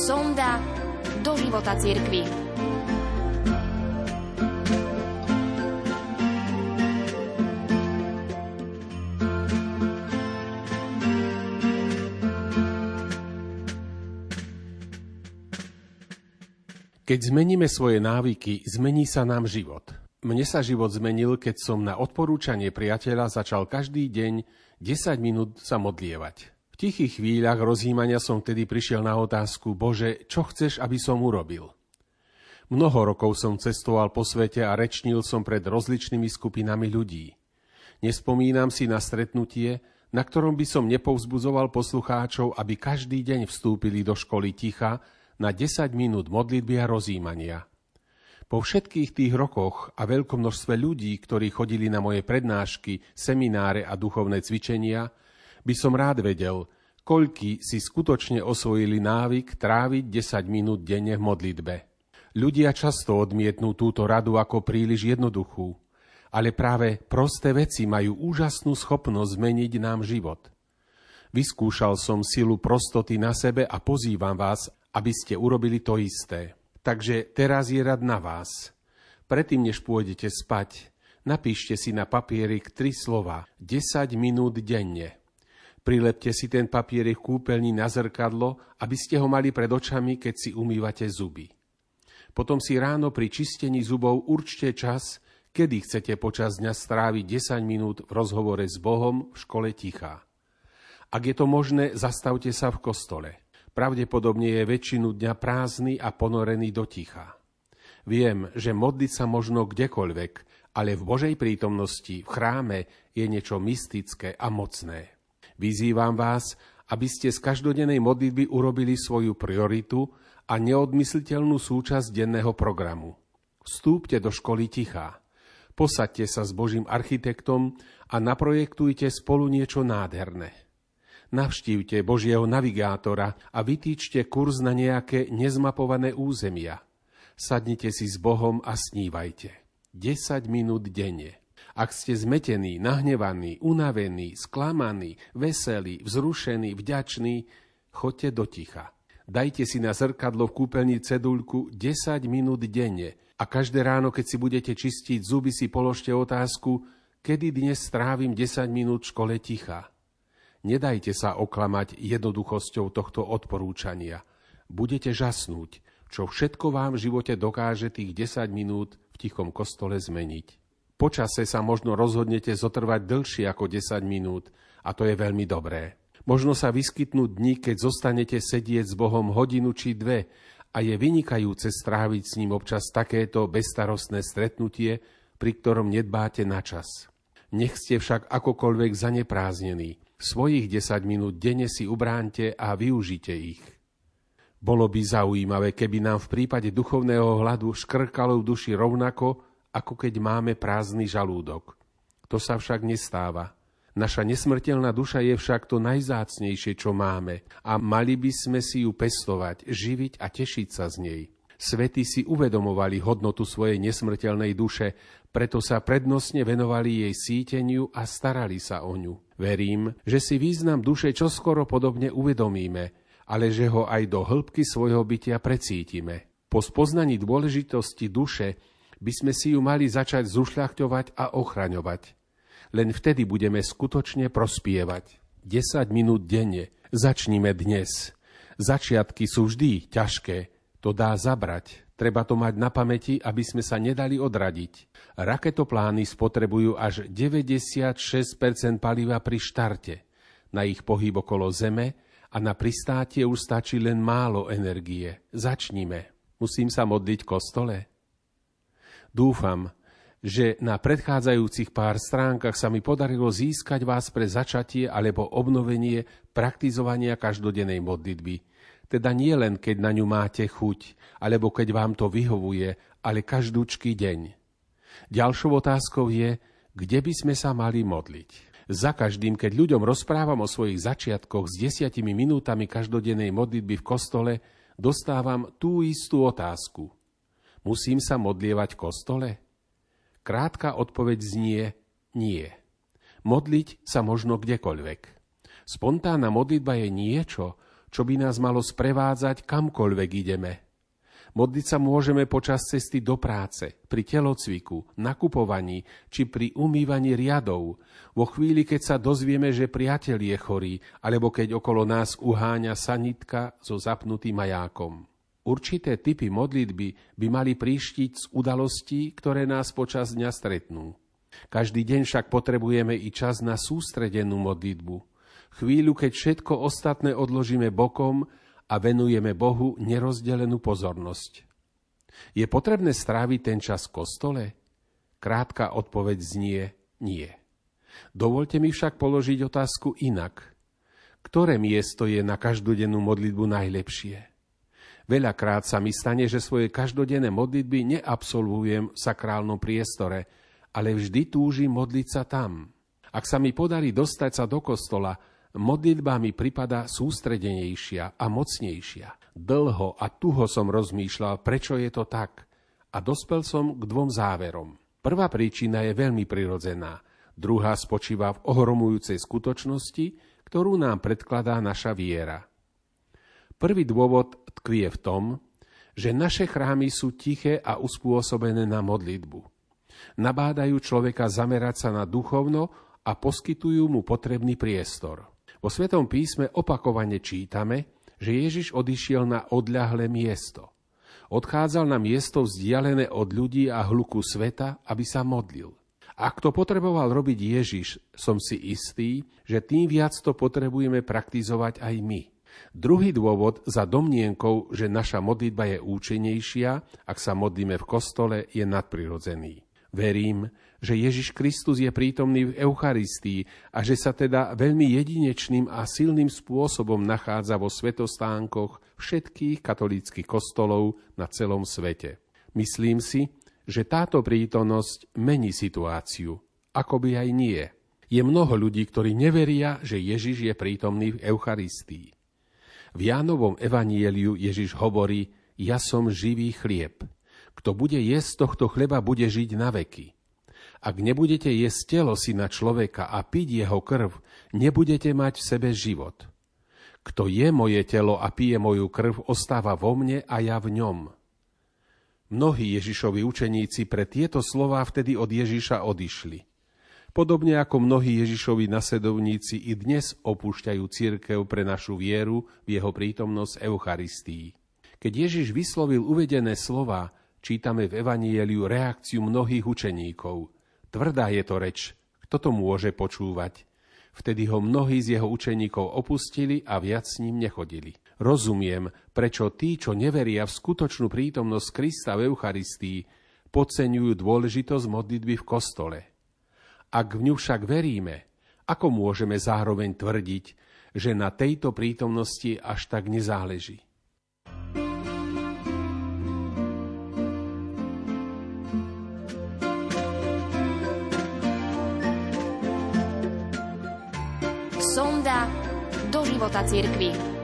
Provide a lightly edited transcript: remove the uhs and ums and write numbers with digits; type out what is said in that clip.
Sonda do života cirkvi. Keď zmeníme svoje návyky, zmení sa nám život. Mne sa život zmenil, keď som na odporúčanie priateľa začal každý deň 10 minút sa modlievať. V tichých chvíľach rozjímania som vtedy prišiel na otázku: Bože, čo chceš, aby som urobil? Mnoho rokov som cestoval po svete a rečnil som pred rozličnými skupinami ľudí. Nespomínam si na stretnutie, na ktorom by som nepovzbudzoval poslucháčov, aby každý deň vstúpili do školy ticha na 10 minút modlitby a rozjímania. Po všetkých tých rokoch a veľkom množstve ľudí, ktorí chodili na moje prednášky, semináre a duchovné cvičenia, by som rád vedel, koľkí si skutočne osvojili návyk tráviť 10 minút denne v modlitbe. Ľudia často odmietnú túto radu ako príliš jednoduchú, ale práve prosté veci majú úžasnú schopnosť zmeniť nám život. Vyskúšal som silu prostoty na sebe a pozývam vás, aby ste urobili to isté. Takže teraz je rad na vás. Predtým, než pôjdete spať, napíšte si na papierik 3 slova: 10 minút denne. Prilepte si ten papierik v kúpeľni na zrkadlo, aby ste ho mali pred očami, keď si umývate zuby. Potom si ráno pri čistení zubov určte čas, kedy chcete počas dňa stráviť 10 minút v rozhovore s Bohom v škole ticha. Ak je to možné, zastavte sa v kostole. Pravdepodobne je väčšinu dňa prázdny a ponorený do ticha. Viem, že modliť sa možno kdekoľvek, ale v Božej prítomnosti, v chráme, je niečo mystické a mocné. Vyzývam vás, aby ste z každodennej modlitby urobili svoju prioritu a neodmysliteľnú súčasť denného programu. Vstúpte do školy ticha. Posaďte sa s Božím architektom a naprojektujte spolu niečo nádherné. Navštívte Božieho navigátora a vytýčte kurz na nejaké nezmapované územia. Sadnite si s Bohom a snívajte. 10 minút denne. Ak ste zmetení, nahnevaní, unavení, sklamaní, veselí, vzrušení, vďační, choďte do ticha. Dajte si na zrkadlo v kúpeľni ceduľku 10 minút denne a každé ráno, keď si budete čistiť zuby, si položte otázku: kedy dnes strávim 10 minút v škole ticha? Nedajte sa oklamať jednoduchosťou tohto odporúčania. Budete žasnúť, čo všetko vám v živote dokáže tých 10 minút v tichom kostole zmeniť. Počase sa možno rozhodnete zotrvať dlhšie ako 10 minút a to je veľmi dobré. Možno sa vyskytnú dni, keď zostanete sedieť s Bohom hodinu či 2 a je vynikajúce stráviť s ním občas takéto bezstarostné stretnutie, pri ktorom nedbáte na čas. Nech ste však akokoľvek zaneprázdnení. Svojich 10 minút denne si ubránte a využite ich. Bolo by zaujímavé, keby nám v prípade duchovného hladu škrkalo v duši rovnako, ako keď máme prázdny žalúdok. To sa však nestáva. Naša nesmrteľná duša je však to najvzácnejšie, čo máme, a mali by sme si ju pestovať, živiť a tešiť sa z nej. Svätí si uvedomovali hodnotu svojej nesmrteľnej duše, preto sa prednostne venovali jej síteniu a starali sa o ňu. Verím, že si význam duše čoskoro podobne uvedomíme, ale že ho aj do hĺbky svojho bytia precítime. Po spoznaní dôležitosti duše by sme si ju mali začať zušľachťovať a ochraňovať. Len vtedy budeme skutočne prospievať. 10 minút denne. Začnime dnes. Začiatky sú vždy ťažké. To dá zabrať. Treba to mať na pamäti, aby sme sa nedali odradiť. Raketoplány spotrebujú až 96% paliva pri štarte. Na ich pohyb okolo Zeme a na pristátie už stačí len málo energie. Začnime. Musím sa modliť v kostole? Dúfam, že na predchádzajúcich pár stránkach sa mi podarilo získať vás pre začatie alebo obnovenie praktizovania každodennej modlitby. Teda nie len, keď na ňu máte chuť, alebo keď vám to vyhovuje, ale každúčky deň. Ďalšou otázkou je, kde by sme sa mali modliť. Za každým, keď ľuďom rozprávam o svojich začiatkoch s 10 minútami každodennej modlitby v kostole, dostávam tú istú otázku. Musím sa modlievať v kostole? Krátka odpoveď znie nie. Modliť sa možno kdekoľvek. Spontánna modlitba je niečo, čo by nás malo sprevádzať kamkoľvek ideme. Modliť sa môžeme počas cesty do práce, pri telocviku, nakupovaní či pri umývaní riadov, vo chvíli, keď sa dozvieme, že priateľ je chorý, alebo keď okolo nás uháňa sanitka so zapnutým majákom. Určité typy modlitby by mali príštiť z udalostí, ktoré nás počas dňa stretnú. Každý deň však potrebujeme i čas na sústredenú modlitbu. Chvíľu, keď všetko ostatné odložíme bokom a venujeme Bohu nerozdelenú pozornosť. Je potrebné stráviť ten čas v kostole? Krátka odpoveď znie nie. Dovoľte mi však položiť otázku inak. Ktoré miesto je na každodennú modlitbu najlepšie? Veľakrát sa mi stane, že svoje každodenné modlitby neabsolvujem v sakrálnom priestore, ale vždy túžim modliť sa tam. Ak sa mi podarí dostať sa do kostola, modlitba mi pripadá sústredenejšia a mocnejšia. Dlho a tuho som rozmýšľal, prečo je to tak, a dospel som k 2 záverom. Prvá príčina je veľmi prirodzená, druhá spočíva v ohromujúcej skutočnosti, ktorú nám predkladá naša viera. Prvý dôvod tkvie v tom, že naše chrámy sú tiché a uspôsobené na modlitbu. Nabádajú človeka zamerať sa na duchovno a poskytujú mu potrebný priestor. Vo Svetom písme opakovane čítame, že Ježiš odišiel na odľahlé miesto. Odchádzal na miesto vzdialené od ľudí a hluku sveta, aby sa modlil. Ak to potreboval robiť Ježiš, som si istý, že tým viac to potrebujeme praktizovať aj my. Druhý dôvod za domnienkou, že naša modlitba je účinnejšia, ak sa modlíme v kostole, je nadprirodzený. Verím, že Ježiš Kristus je prítomný v Eucharistii a že sa teda veľmi jedinečným a silným spôsobom nachádza vo svätostánkoch všetkých katolíckych kostolov na celom svete. Myslím si, že táto prítomnosť mení situáciu, akoby aj nie. Je mnoho ľudí, ktorí neveria, že Ježiš je prítomný v Eucharistii. V Jánovom evanjeliu Ježiš hovorí: ja som živý chlieb. Kto bude jesť tohto chleba, bude žiť na veky. Ak nebudete jesť telo syna človeka a piť jeho krv, nebudete mať v sebe život. Kto je moje telo a pije moju krv, ostáva vo mne a ja v ňom. Mnohí Ježišovi učeníci pre tieto slová vtedy od Ježiša odišli. Podobne ako mnohí Ježišovi nasledovníci i dnes opúšťajú cirkev pre našu vieru v jeho prítomnosť Eucharistii. Keď Ježiš vyslovil uvedené slová, čítame v evanjeliu reakciu mnohých učeníkov. Tvrdá je to reč, kto to môže počúvať? Vtedy ho mnohí z jeho učeníkov opustili a viac s ním nechodili. Rozumiem, prečo tí, čo neveria v skutočnú prítomnosť Krista v Eucharistii, podceňujú dôležitosť modlitby v kostole. Ak v ňu však veríme, ako môžeme zároveň tvrdiť, že na tejto prítomnosti až tak nezáleží? Sonda do života cirkvi.